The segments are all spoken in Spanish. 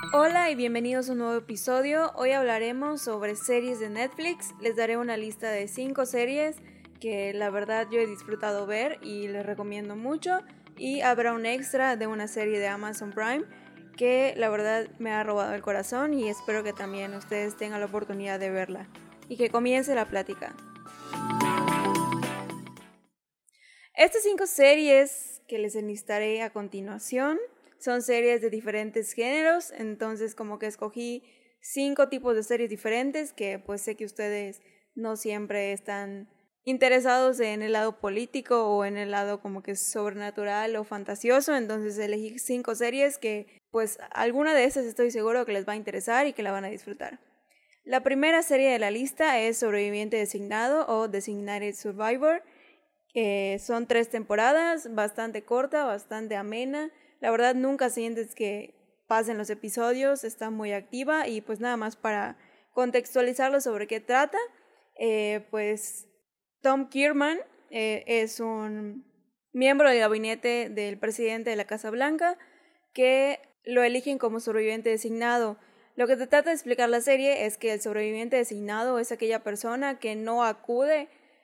Hola y bienvenidos a un nuevo episodio. Hoy hablaremos sobre series de Netflix. Les daré una lista de 5 series que la verdad yo he disfrutado ver y les recomiendo mucho. Y habrá un extra de una serie de Amazon Prime que la verdad me ha robado el corazón y espero que también ustedes tengan la oportunidad de verla. Y que comience la plática. Estas 5 series que les enlistaré a continuación son series de diferentes géneros, entonces como que escogí 5 tipos de series diferentes que pues sé que ustedes no siempre están interesados en el lado político o en el lado como que sobrenatural o fantasioso, entonces elegí 5 series que pues alguna de estas estoy seguro que les va a interesar y que la van a disfrutar. La primera serie de la lista es Sobreviviente Designado o Designated Survivor. Son 3 temporadas, bastante corta, bastante amena. La verdad nunca sientes que pasen los episodios, está muy activa y pues nada más para contextualizarlo sobre qué trata, pues Tom Kierman es un miembro del gabinete del presidente de la Casa Blanca que lo eligen como sobreviviente designado. Lo que te trata de explicar la serie es que el sobreviviente designado es aquella persona que no acude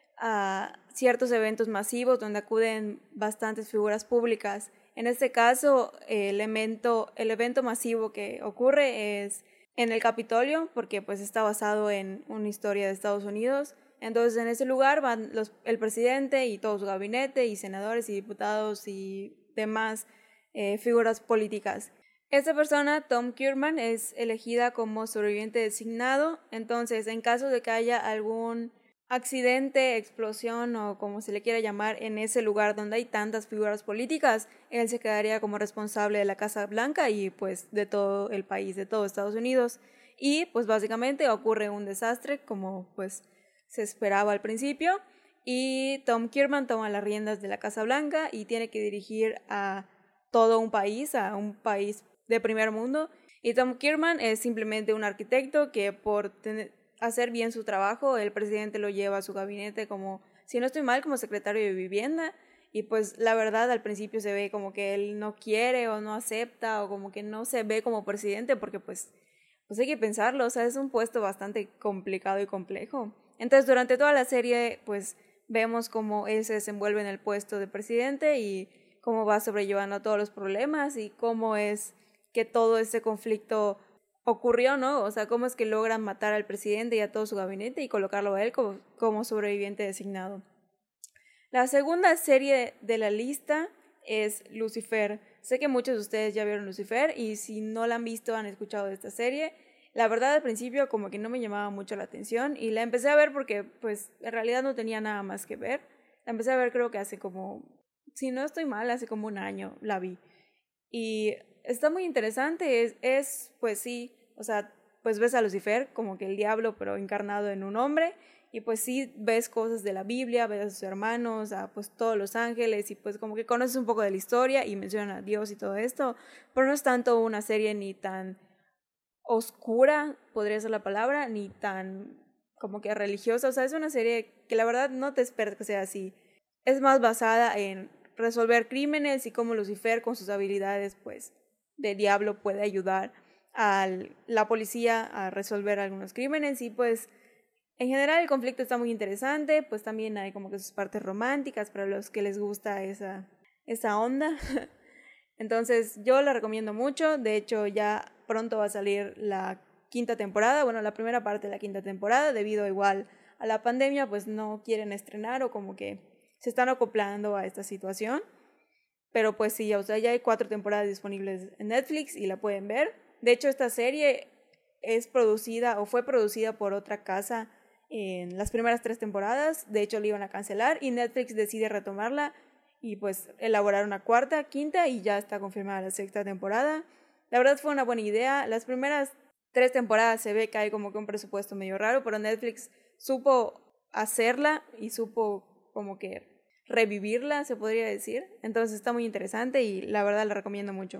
a ciertos eventos masivos donde acuden bastantes figuras públicas. En este caso, el evento masivo que ocurre es en el Capitolio, porque pues está basado en una historia de Estados Unidos. Entonces, en ese lugar van el presidente y todo su gabinete, y senadores y diputados y demás figuras políticas. Esta persona, Tom Kierman, es elegida como sobreviviente designado. Entonces, en caso de que haya algún accidente, explosión o como se le quiera llamar en ese lugar donde hay tantas figuras políticas, él se quedaría como responsable de la Casa Blanca y pues de todo el país, de todo Estados Unidos. Y pues básicamente ocurre un desastre como pues se esperaba al principio y Tom Kierman toma las riendas de la Casa Blanca y tiene que dirigir a todo un país, a un país de primer mundo. Y Tom Kierman es simplemente un arquitecto que por hacer bien su trabajo, el presidente lo lleva a su gabinete como, si no estoy mal, como secretario de vivienda. Y pues la verdad al principio se ve como que él no quiere o no acepta o como que no se ve como presidente porque pues hay que pensarlo, o sea, es un puesto bastante complicado y complejo. Entonces durante toda la serie pues vemos cómo él se desenvuelve en el puesto de presidente y cómo va sobrellevando todos los problemas y cómo es que todo este conflicto ocurrió, ¿no? O sea, cómo es que logran matar al presidente y a todo su gabinete y colocarlo a él como sobreviviente designado. La segunda serie de la lista es Lucifer. Sé que muchos de ustedes ya vieron Lucifer y si no la han visto han escuchado de esta serie. La verdad al principio como que no me llamaba mucho la atención y la empecé a ver porque pues en realidad no tenía nada más que ver. La empecé a ver creo que hace como, si no estoy mal, hace como un año la vi. Y está muy interesante, pues sí, o sea, pues ves a Lucifer como que el diablo pero encarnado en un hombre y pues sí ves cosas de la Biblia, ves a sus hermanos, a pues todos los ángeles y pues como que conoces un poco de la historia y mencionan a Dios y todo esto, pero no es tanto una serie ni tan oscura, podría ser la palabra, ni tan como que religiosa, o sea, es una serie que la verdad no te esperas que sea así, es más basada en resolver crímenes y cómo Lucifer con sus habilidades pues de diablo puede ayudar a la policía a resolver algunos crímenes y pues en general el conflicto está muy interesante, pues también hay como que sus partes románticas para los que les gusta esa onda. Entonces yo la recomiendo mucho, de hecho ya pronto va a salir la 5ª temporada, bueno, la primera parte de la 5ª temporada, debido igual a la pandemia, pues no quieren estrenar o como que se están acoplando a esta situación. Pero pues sí, o sea, ya hay 4 temporadas disponibles en Netflix y la pueden ver. De hecho, esta serie es producida o fue producida por otra casa en las primeras 3 temporadas. De hecho, la iban a cancelar y Netflix decide retomarla y pues elaborar una 4ª, 5ª y ya está confirmada la 6ª temporada. La verdad fue una buena idea. Las primeras 3 temporadas se ve que hay como que un presupuesto medio raro, pero Netflix supo hacerla y supo como que revivirla, se podría decir. Entonces está muy interesante y la verdad la recomiendo mucho.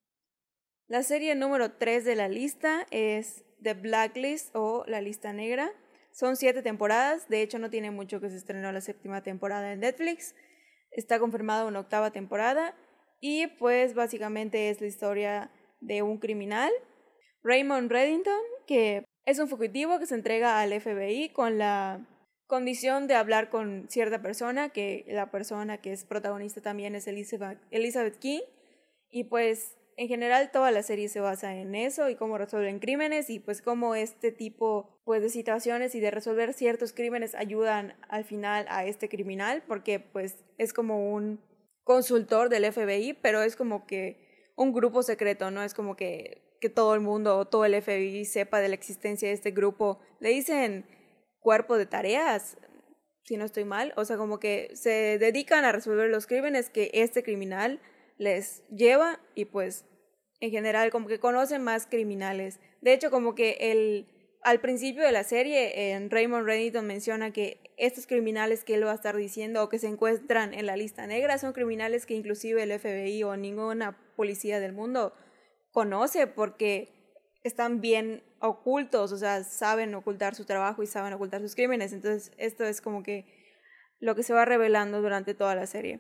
La serie número 3 de la lista es The Blacklist o La Lista Negra. Son 7 temporadas, de hecho no tiene mucho que se estrenó la 7ª temporada en Netflix. Está confirmada una 8ª temporada y pues básicamente es la historia de un criminal Raymond Reddington, que es un fugitivo que se entrega al FBI con la condición de hablar con cierta persona, que la persona que es protagonista también es Elizabeth King, y pues en general toda la serie se basa en eso y cómo resuelven crímenes y pues cómo este tipo pues de situaciones y de resolver ciertos crímenes ayudan al final a este criminal, porque pues es como un consultor del FBI, pero es como que un grupo secreto, no es como que todo el mundo o todo el FBI sepa de la existencia de este grupo. Le dicen cuerpo de tareas, si no estoy mal, o sea, como que se dedican a resolver los crímenes que este criminal les lleva y pues en general como que conocen más criminales. De hecho, como que al principio de la serie, Raymond Reddington menciona que estos criminales que él va a estar diciendo o que se encuentran en la lista negra son criminales que inclusive el FBI o ninguna policía del mundo conoce porque están bien ocultos, o sea, saben ocultar su trabajo y saben ocultar sus crímenes. Entonces, esto es como que lo que se va revelando durante toda la serie.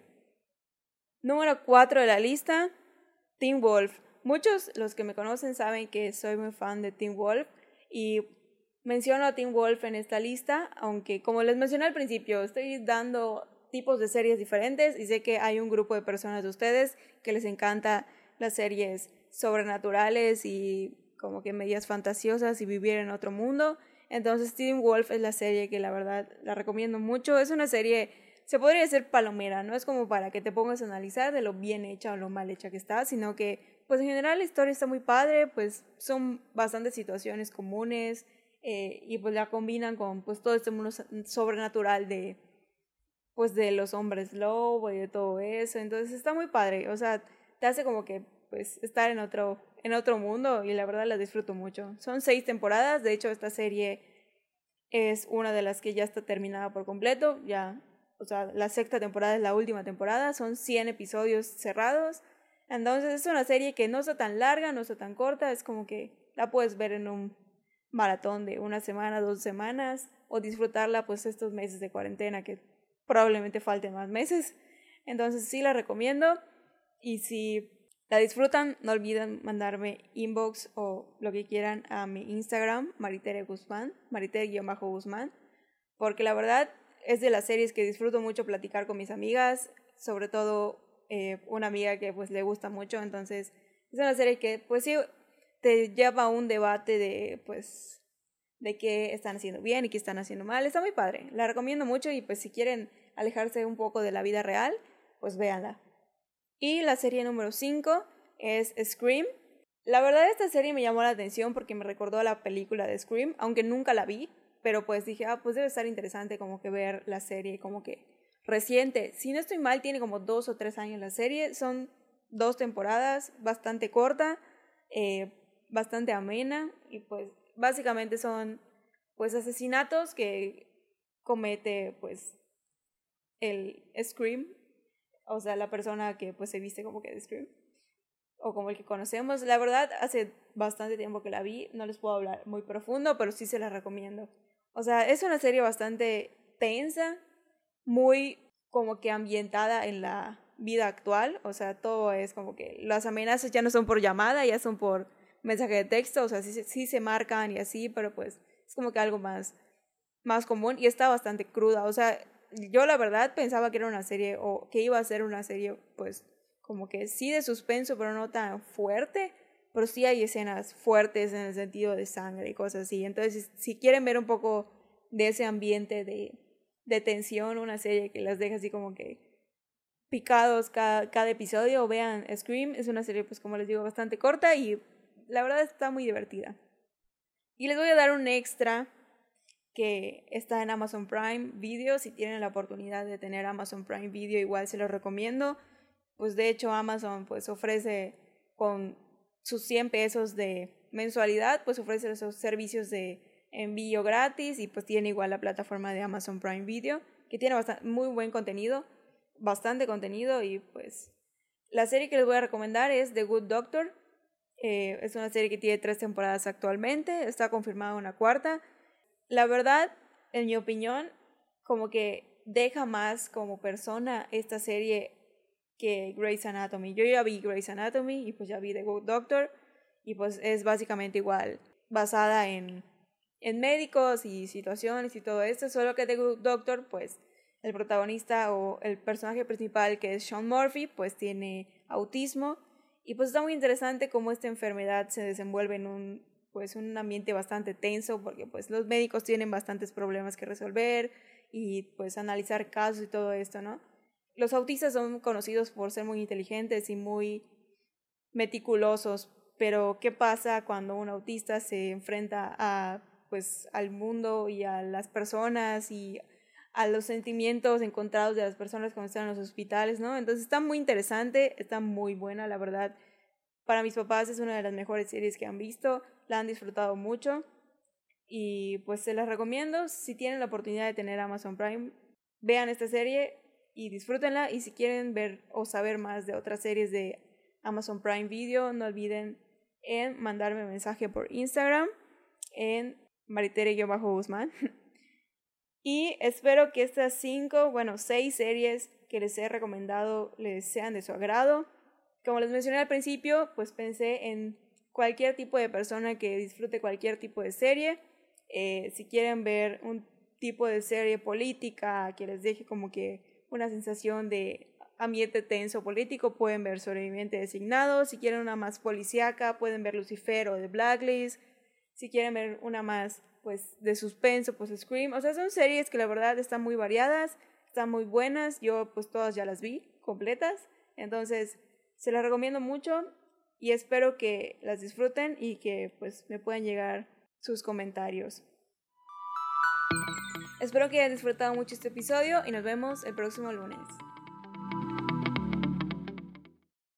Número 4 de la lista, Teen Wolf. Muchos, los que me conocen, saben que soy muy fan de Teen Wolf y menciono a Teen Wolf en esta lista, aunque como les mencioné al principio, estoy dando tipos de series diferentes y sé que hay un grupo de personas de ustedes que les encanta las series sobrenaturales y como que medias fantasiosas y vivir en otro mundo. Entonces Teen Wolf es la serie que la verdad la recomiendo mucho. Es una serie, se podría decir palomera, no es como para que te pongas a analizar de lo bien hecha o lo mal hecha que está, sino que pues en general la historia está muy padre, pues son bastantes situaciones comunes y pues la combinan con pues todo este mundo sobrenatural de pues de los hombres lobo y de todo eso. Entonces está muy padre, o sea, te hace como que pues estar en otro mundo y la verdad la disfruto mucho. Son 6 temporadas, de hecho esta serie es una de las que ya está terminada por completo, ya, o sea, la 6ª temporada es la última temporada, son 100 episodios cerrados, entonces es una serie que no está tan larga, no está tan corta, es como que la puedes ver en un maratón de 1 semana, 2 semanas, o disfrutarla pues estos meses de cuarentena que probablemente falten más meses, entonces sí la recomiendo y si la disfrutan, no olviden mandarme inbox o lo que quieran a mi Instagram, Maritere Guzmán, Maritere-Guzmán, porque la verdad es de las series que disfruto mucho platicar con mis amigas, sobre todo una amiga que pues le gusta mucho, entonces es una serie que pues sí te lleva a un debate de pues de qué están haciendo bien y qué están haciendo mal, está muy padre, la recomiendo mucho y pues si quieren alejarse un poco de la vida real, pues véanla. Y la serie número 5 es Scream. La verdad esta serie me llamó la atención porque me recordó a la película de Scream, aunque nunca la vi, pero pues dije, pues debe estar interesante como que ver la serie como que reciente. Si no estoy mal, tiene como 2 o 3 años la serie, son 2 temporadas, bastante corta, bastante amena y pues básicamente son pues asesinatos que comete pues el Scream, o sea, la persona que pues se viste como que de Scream, o como el que conocemos. La verdad, hace bastante tiempo que la vi, no les puedo hablar muy profundo, pero sí se la recomiendo. O sea, es una serie bastante tensa, muy como que ambientada en la vida actual, o sea, todo es como que las amenazas ya no son por llamada, ya son por mensaje de texto, o sea, sí se marcan y así, pero pues es como que algo más común y está bastante cruda, o sea, yo la verdad pensaba que era una serie o que iba a ser una serie pues como que sí de suspenso pero no tan fuerte, pero sí hay escenas fuertes en el sentido de sangre y cosas así, entonces si quieren ver un poco de ese ambiente de tensión, una serie que las deja así como que picados cada episodio, vean Scream, es una serie pues como les digo bastante corta y la verdad está muy divertida. Y les voy a dar un extra que está en Amazon Prime Video. Si tienen la oportunidad de tener Amazon Prime Video, igual se los recomiendo. Pues de hecho Amazon pues ofrece con sus 100 pesos de mensualidad, pues ofrece esos servicios de envío gratis y pues tiene igual la plataforma de Amazon Prime Video, que tiene muy buen contenido, bastante contenido y pues la serie que les voy a recomendar es The Good Doctor. Es una serie que tiene 3 temporadas actualmente, está confirmada una 4ª. La verdad, en mi opinión, como que deja más como persona esta serie que Grey's Anatomy. Yo ya vi Grey's Anatomy y pues ya vi The Good Doctor y pues es básicamente igual, basada en médicos y situaciones y todo esto, solo que The Good Doctor, pues el protagonista o el personaje principal, que es Sean Murphy, pues tiene autismo, y pues está muy interesante cómo esta enfermedad se desenvuelve en un ambiente bastante tenso, porque pues los médicos tienen bastantes problemas que resolver y pues analizar casos y todo esto, ¿no? Los autistas son conocidos por ser muy inteligentes y muy meticulosos, pero ¿qué pasa cuando un autista se enfrenta al mundo y a las personas y a los sentimientos encontrados de las personas cuando están en los hospitales, ¿no? Entonces está muy interesante, está muy buena, la verdad. Para mis papás es una de las mejores series que han visto, la han disfrutado mucho y pues se las recomiendo. Si tienen la oportunidad de tener Amazon Prime, vean esta serie y disfrútenla, y si quieren ver o saber más de otras series de Amazon Prime Video, no olviden en mandarme mensaje por Instagram en maritere-guzmán. Y espero que estas 6 series que les he recomendado les sean de su agrado. Como les mencioné al principio, pues pensé en cualquier tipo de persona que disfrute cualquier tipo de serie. Si quieren ver un tipo de serie política que les deje como que una sensación de ambiente tenso político, pueden ver Sobreviviente Designado. Si quieren una más policíaca, pueden ver Lucifer o The Blacklist. Si quieren ver una más pues de suspenso, pues Scream. O sea, son series que la verdad están muy variadas, están muy buenas. Yo pues todas ya las vi completas. Entonces se las recomiendo mucho y espero que las disfruten y que pues me puedan llegar sus comentarios. Espero que hayan disfrutado mucho este episodio y nos vemos el próximo lunes.